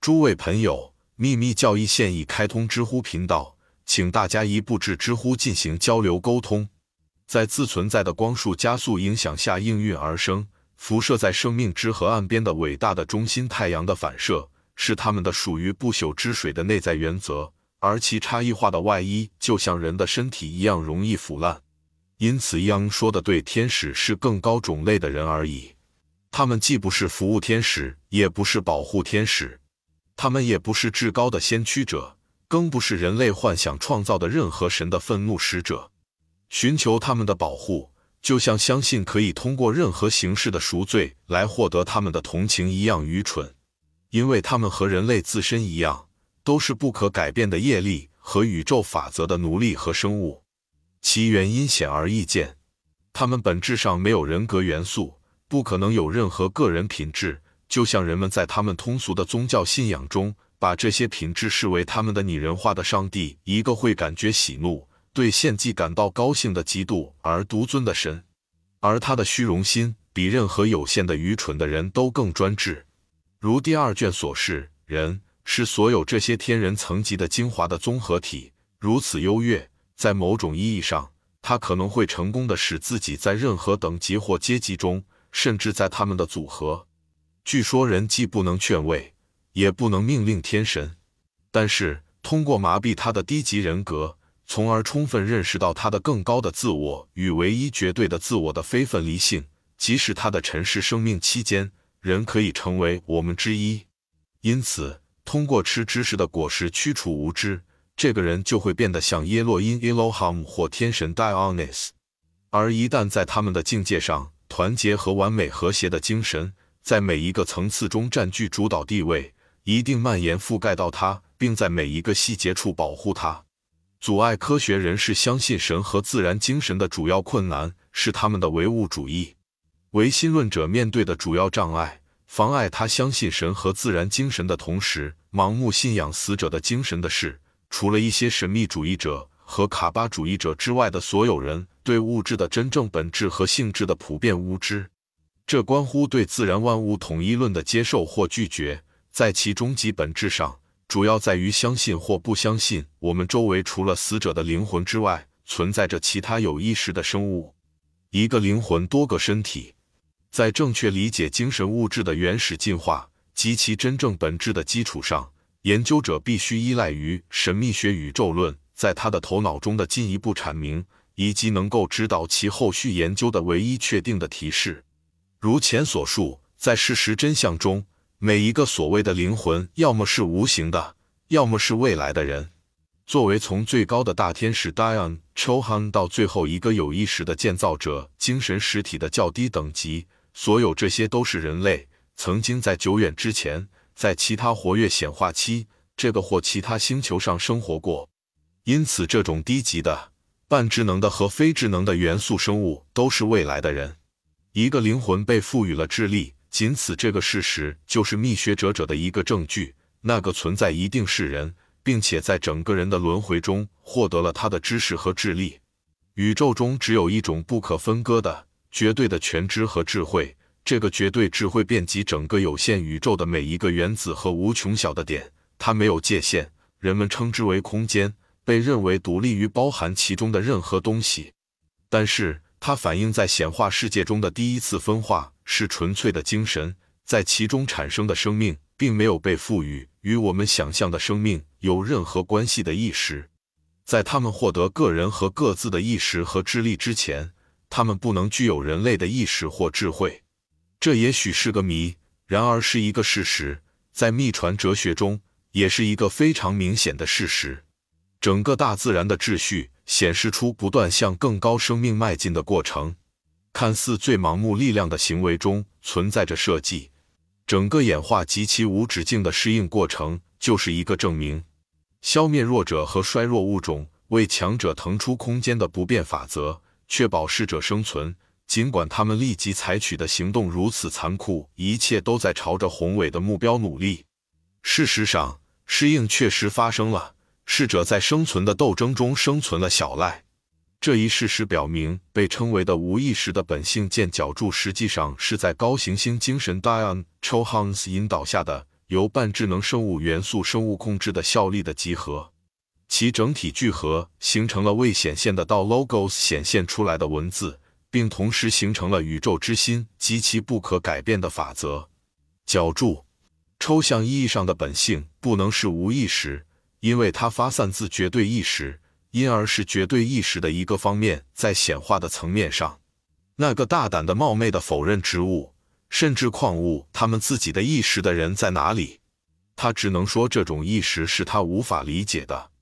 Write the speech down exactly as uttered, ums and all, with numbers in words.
诸位朋友，秘密教义现已开通知乎频道，请大家一步至知乎进行交流沟通。在自存在的光束加速影响下应运而生，辐射在生命之河岸边的伟大的中心太阳的反射，是它们的属于不朽之水的内在原则，而其差异化的外衣就像人的身体一样容易腐烂。因此央说的对，天使是更高种类的人而已。他们既不是服务天使，也不是保护天使，他们也不是至高的先驱者，更不是人类幻想创造的任何神的愤怒使者。寻求他们的保护，就像相信可以通过任何形式的赎罪来获得他们的同情一样愚蠢，因为他们和人类自身一样，都是不可改变的业力和宇宙法则的奴隶和生物。其原因显而易见，他们本质上没有人格元素，不可能有任何个人品质，就像人们在他们通俗的宗教信仰中把这些品质视为他们的拟人化的上帝，一个会感觉喜怒，对献祭感到高兴的极度而独尊的神。而他的虚荣心比任何有限的愚蠢的人都更专制。如第二卷所示，人是所有这些天人层级的精华的综合体，如此优越，在某种意义上，他可能会成功地使自己在任何等级或阶级中，甚至在他们的组合。据说人既不能劝慰，也不能命令天神，但是通过麻痹他的低级人格，从而充分认识到他的更高的自我与唯一绝对的自我的非分离性，即使他的尘世生命期间，人可以成为我们之一。因此，通过吃知识的果实驱除无知，这个人就会变得像耶洛因 Elohim 或天神 Dionys。而一旦在他们的境界上，团结和完美和谐的精神在每一个层次中占据主导地位，一定蔓延覆盖到他，并在每一个细节处保护他。阻碍科学人士相信神和自然精神的主要困难是他们的唯物主义。唯心论者面对的主要障碍，妨碍他相信神和自然精神的同时，盲目信仰死者的精神的是，除了一些神秘主义者和卡巴主义者之外的所有人对物质的真正本质和性质的普遍无知。这关乎对自然万物统一论的接受或拒绝，在其终极本质上，主要在于相信或不相信我们周围除了死者的灵魂之外，存在着其他有意识的生物。一个灵魂多个身体。在正确理解精神物质的原始进化及其真正本质的基础上，研究者必须依赖于神秘学宇宙论在他的头脑中的进一步阐明，以及能够指导其后续研究的唯一确定的提示。如前所述，在事实真相中，每一个所谓的灵魂要么是无形的，要么是未来的人。作为从最高的大天使 Dion Chohan 到最后一个有意识的建造者精神实体的较低等级，所有这些都是人类曾经在久远之前，在其他活跃显化期这个或其他星球上生活过。因此这种低级的、半智能的和非智能的元素生物都是未来的人。一个灵魂被赋予了智力，仅此这个事实就是密学者者的一个证据，那个存在一定是人，并且在整个人的轮回中获得了他的知识和智力。宇宙中只有一种不可分割的、绝对的全知和智慧，这个绝对智慧遍及整个有限宇宙的每一个原子和无穷小的点，它没有界限，人们称之为空间，被认为独立于包含其中的任何东西。但是它反映在显化世界中的第一次分化是纯粹的精神，在其中产生的生命并没有被赋予与我们想象的生命有任何关系的意识。在他们获得个人和各自的意识和智力之前，他们不能具有人类的意识或智慧。这也许是个谜，然而是一个事实，在秘传哲学中也是一个非常明显的事实。整个大自然的秩序显示出不断向更高生命迈进的过程。看似最盲目力量的行为中存在着设计。整个演化及其无止境的适应过程就是一个证明。消灭弱者和衰弱物种，为强者腾出空间的不变法则，确保适者生存。尽管他们立即采取的行动如此残酷，一切都在朝着宏伟的目标努力。事实上，适应确实发生了。适者在生存的斗争中生存了小赖。这一事实表明，被称为的无意识的本性键脚注实际上是在高行星精神 Dion Chohan's 引导下的由半智能生物元素生物控制的效力的集合，其整体聚合形成了未显现的到 logos 显现出来的文字，并同时形成了宇宙之心及其不可改变的法则。角注：抽象意义上的本性不能是无意识，因为它发散自绝对意识，因而是绝对意识的一个方面。在显化的层面上，那个大胆的冒昧的否认植物甚至矿物他们自己的意识的人在哪里？他只能说这种意识是他无法理解的。